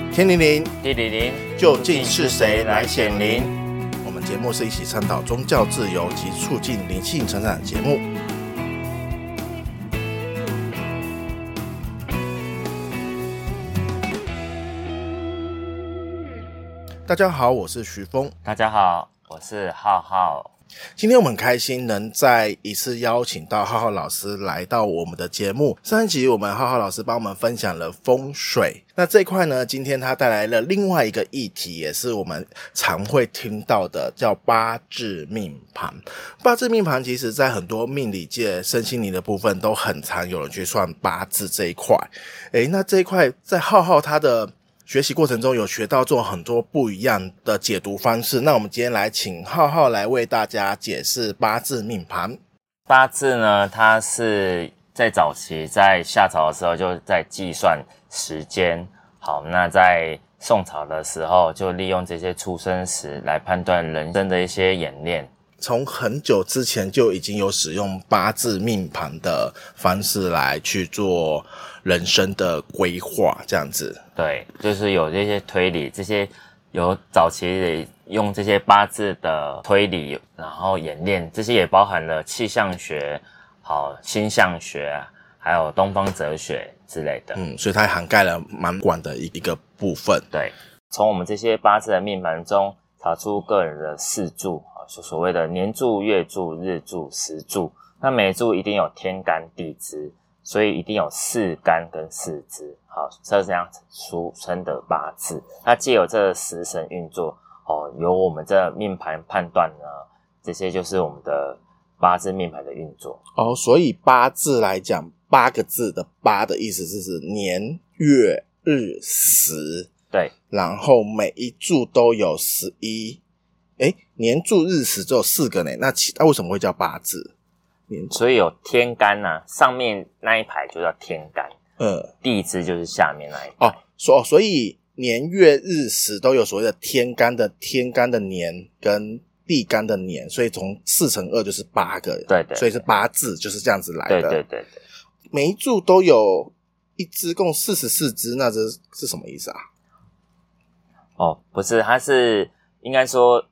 天灵灵， 地灵灵， 究竟是谁来显灵？我们节目是一起倡导宗教自由及促进灵性成长的节目。大家好，我是徐峰。 大家好，我是浩浩。 今天我们很开心能再一次邀请到浩浩老师来到我们的节目。上一集我们浩浩老师帮我们分享了风水，那这一块呢，今天他带来了另外一个议题，也是我们常会听到的，叫八字命盘。八字命盘其实在很多命理界身心灵的部分都很常有人去算八字这一块。那这一块在浩浩他的学习过程中有学到做很多不一样的解读方式，那我们今天来请浩浩来为大家解释八字命盘。 八字呢，它是在早期在夏朝的时候就在计算时间，好，那在宋朝的时候就利用这些出生时来判断人生的一些演练。 从很久之前就已经有使用八字命盘的方式来去做人生的规划，这样子。 对，就是有这些推理，这些有早期用这些八字的推理，然后演练，这些也包含了气象学、好星象学，还有东方哲学之类的。 所以它涵盖了蛮广的一个部分。 对，从我们这些八字的命盘中查出个人的四柱，所谓的年柱、月柱、日柱、时柱。那每柱一定有天干地支，所以一定有四干跟四支。好，这样俗称的八字。那藉由这十神运作，由我们这命盘判断呢，这些就是我们的八字命盘的运作。 所以八字来讲，8个字的八的意思就是年、月、日、时。 对，然后每一柱都有11。年柱日时只有4个呢，那为什么会叫八字？ 所以有天干啊，上面那一排就叫天干，地支就是下面那一排。 所以年月日时都有所谓的天干的年跟地干的年，所以从4乘2就是8个， 对， 所以是八字就是这样子来的。 对， 每一柱都有一支，共44支，那这是什么意思啊？ 不是，它是应该说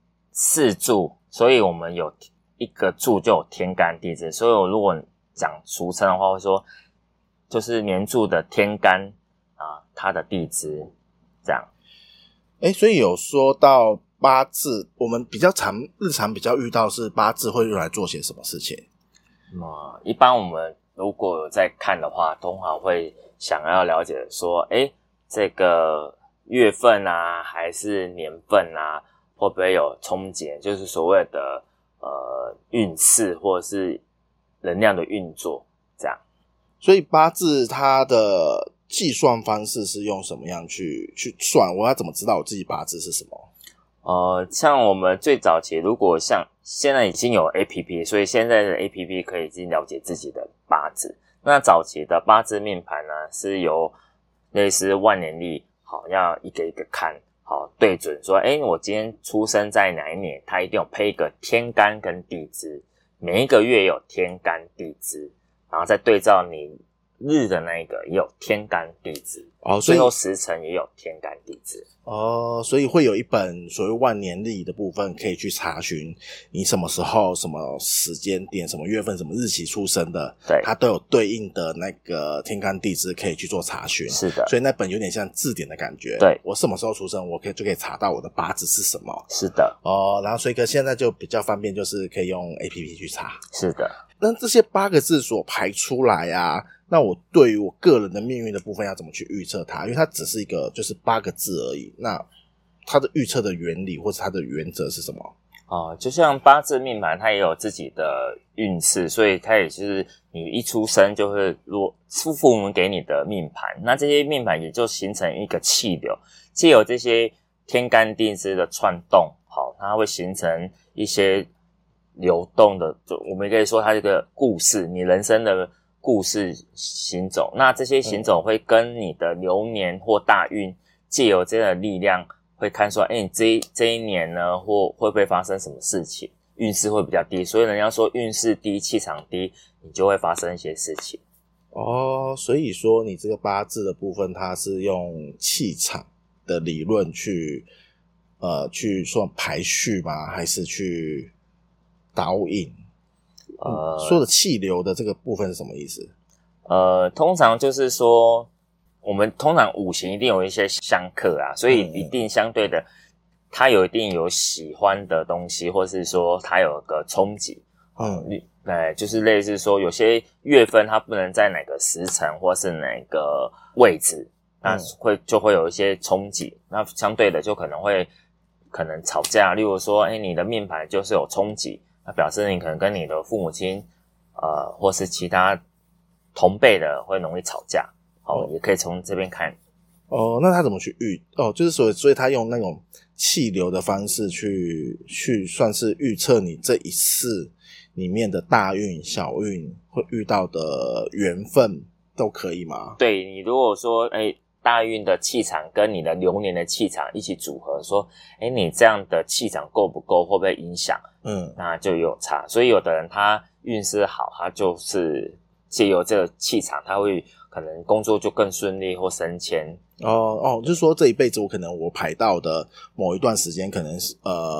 4柱，所以我们有一个柱就有天干地支，所以我如果讲俗称的话，会说就是年柱的天干它的地支这样。 所以有说到八字，我们日常比较遇到是八字会用来做些什么事情？ 一般我们如果有在看的话，通常会想要了解说，这个月份啊，还是年份啊，会不会有冲击，就是所谓的运势或者是能量的运作这样。 所以八字它的计算方式是用什么样去算？我要怎么知道我自己八字是什么？ 像我们最早期，如果像现在已经有 APP， 所以现在的 APP 可以已经了解自己的八字。那早期的八字命盘呢，是由类似万年历，好，要一个一个看，好，对准说，我今天出生在哪一年，它一定有配一个天干跟地支，每一个月有天干地支，然后再对照你日的那一个也有天干地支，最后时辰也有天干地支。 所以会有一本所谓万年历的部分，可以去查询你什么时候、什么时间点、什么月份、什么日期出生的， 对， 它都有对应的那个天干地支可以去做查询。 是的， 所以那本有点像字典的感觉。 对， 我什么时候出生，我就可以查到我的八字是什么。 是的。 然后所以现在就比较方便，就是可以用 APP 去查。 是的。 那这些8个字所排出来啊，那我对于我个人的命运的部分要怎么去预测它？因为它只是一个就是8个字而已，那它的预测的原理或者它的原则是什么？ 就像八字命盘它也有自己的运势，所以它也就是你一出生就会父母给你的命盘，那这些命盘也就形成一个气流，藉由这些天干地支的串动，好，它会形成一些流动的，我们可以说它是一个故事，你人生的故事行走。那这些行走会跟你的流年或大运藉由这样的力量，会看说，你这一年呢，会不会发生什么事情，运势会比较低。所以人家说运势低，气场低，你就会发生一些事情。 所以说你这个八字的部分，它是用气场的理论去说排序吗？还是去导引？说的气流的这个部分是什么意思？ 通常就是说，我们通常五行一定有一些相克啊，所以一定相对的，他一定有喜欢的东西，或是说他有个冲击。就是类似说有些月份它不能在哪个时辰或是哪个位置，那就会有一些冲击，那相对的就可能吵架。例如说你的命盘就是有冲击，那表示你可能跟你的父母亲或是其他同辈的会容易吵架。也可以从这边看。 那他怎么去就是所以他用那种气流的方式去算是预测你这一世里面的大运小运会遇到的缘分都可以吗？ 对，你如果说大运的气场跟你的流年的气场一起组合，说你这样的气场够不够，会不会影响？那就有差。所以有的人他运势好，他就是借由这个气场，他会可能工作就更顺利或升迁。 就是说这一辈子我排到的某一段时间可能是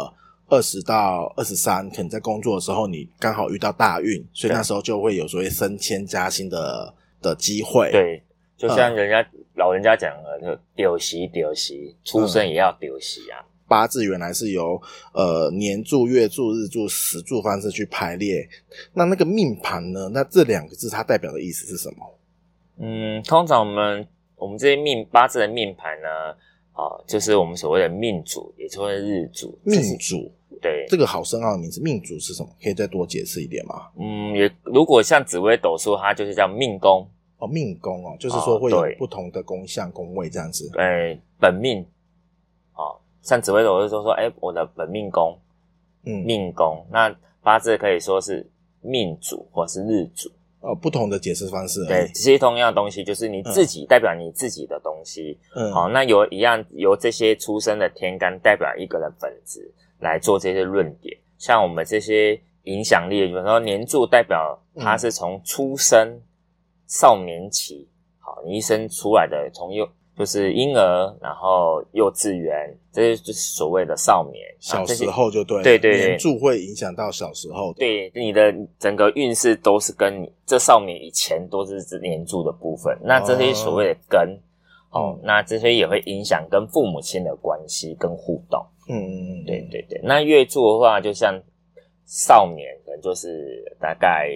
20到23，可能在工作的时候你刚好遇到大运，所以那时候就会有所谓升迁加薪的机会。 对，就像老人家讲的，就丢席，出生也要丢席啊。 八字原来是由年柱、月柱、日柱、时柱方式去排列。那个命盘呢？那这两个字它代表的意思是什么？ 通常我们这些八字的命盘呢，就是我们所谓的命主，也就是日主。 命主， 对， 这个好深奥的名字。命主是什么？可以再多解释一点吗？ 如果像紫微斗数，它就是叫命宫。 命宫就是说会有不同的宫向宫位这样子。 本命像紫微斗数说我的本命宫，命宫。那八字可以说是命主或是日主。 不同的解释方式。 对，这些同样的东西就是你自己代表你自己的东西。那由这些出生的天干代表一个人本质来做这些论点。像我们这些影响力，有时候年柱代表他是从出生少年期，你一生出来的就是婴儿，然后幼稚园，这些就是所谓的少年。 小时候就对了。 对， 年柱会影响到小时候。 对，你的整个运势都是跟你这少年以前都是指年柱的部分。那这些所谓的根，那这些也会影响跟父母亲的关系跟互动。对。那月柱的话，就像少年，可能就是大概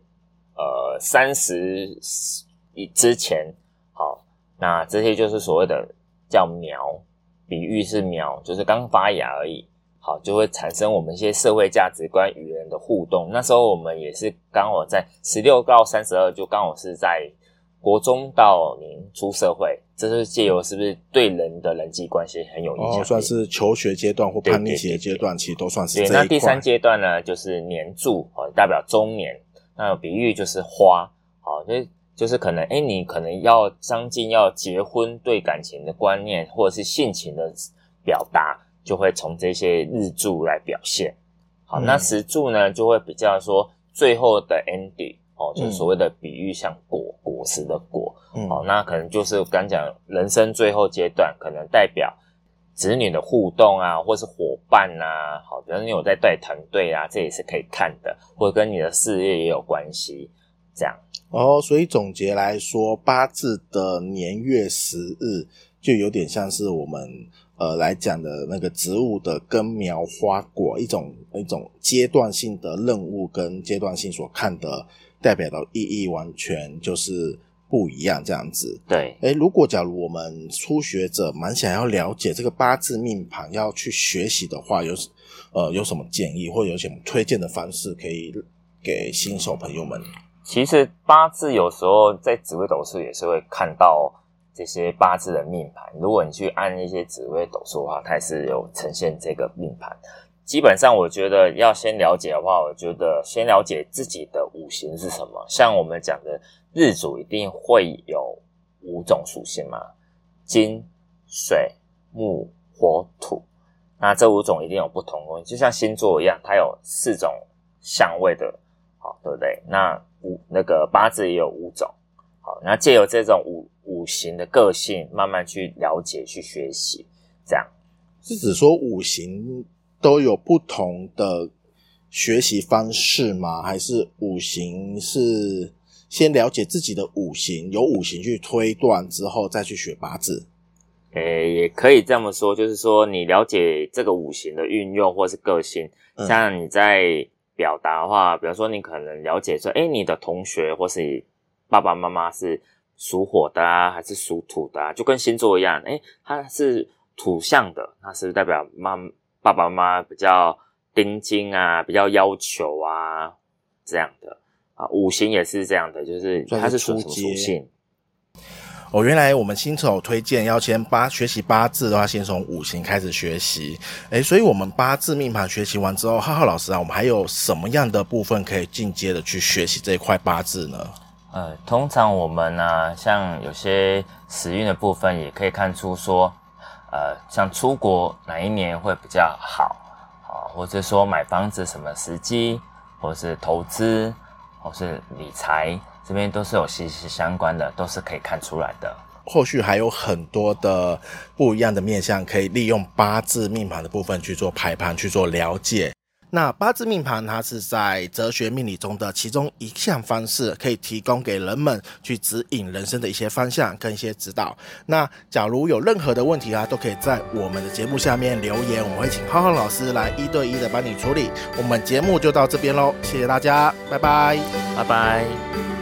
30之前，那这些就是所谓的叫苗，比喻是苗，就是刚发芽而已。就会产生我们一些社会价值观与人的互动。那时候我们也是刚好在16到32，就刚好是在国中到您出社会，这是借由是不是对人的人际关系很有影响力。 算是求学阶段或叛逆期的阶段，其实都算是这一块。 对，那第3阶段呢，就是年柱，代表中年。那比喻就是花，就是可能你可能要将近要结婚，对感情的观念或者是性情的表达，就会从这些日柱来表现。那时柱呢，就会比较说最后的 ending，就是所谓的比喻像果实的果。那可能就是刚讲人生最后阶段，可能代表子女的互动啊，或是伙伴啊，比如你有在带团队啊，这也是可以看的，或者跟你的事业也有关系，这样。 所以总结来说，八字的年月时日就有点像是我们来讲的那个植物的根苗花果，一种阶段性的任务跟阶段性所看的代表的意义完全就是不一样这样子。 对。 如果假如我们初学者蛮想要了解这个八字命盘要去学习的话，有什么建议或者有什么推荐的方式可以给新手朋友们？ 其实八字有时候在紫微斗数也是会看到这些八字的命盘，如果你去按一些紫微斗数的话，它也是有呈现这个命盘。基本上我觉得要先了解的话，我觉得先了解自己的五行是什么。像我们讲的日主一定会有5种属性嘛，金、水、木、火、土。那这5种一定有不同的东西，就像星座一样，它有4种相位的，对不对？那个八字也有5种。那借由这种五行的个性慢慢去了解去学习。 这样。 是指说五行都有不同的学习方式吗？还是五行是先了解自己的五行，由五行去推断之后再去学八字？ 也可以这么说，就是说你了解这个五行的运用或是个性，像你在表达的话，比如说你可能了解说，你的同学或是你爸爸妈妈是属火的啊，还是属土的啊，就跟星座一样，他是土象的，那是不是代表爸爸妈妈比较盯紧啊，比较要求啊，这样的啊？五行也是这样的，就是它是属什么属性？ 原来我们新手推荐要先学习八字的话，先从五行开始学习。所以我们八字命盘学习完之后，浩浩老师啊，我们还有什么样的部分可以进阶的去学习这一块八字呢？ 通常我们呢，像有些时运的部分，也可以看出说，像出国哪一年会比较好，或者说买房子什么时机，或是投资，或是理财，这边都是有息息相关的，都是可以看出来的。 后续还有很多的不一样的面向，可以利用八字命盘的部分去做排盘，去做了解。那八字命盘它是在哲学命理中的其中一项方式，可以提供给人们去指引人生的一些方向跟一些指导。那假如有任何的问题啊，都可以在我们的节目下面留言，我们会请浩浩老师来1对1的帮你处理。我们节目就到这边咯，谢谢大家，拜拜， 拜拜。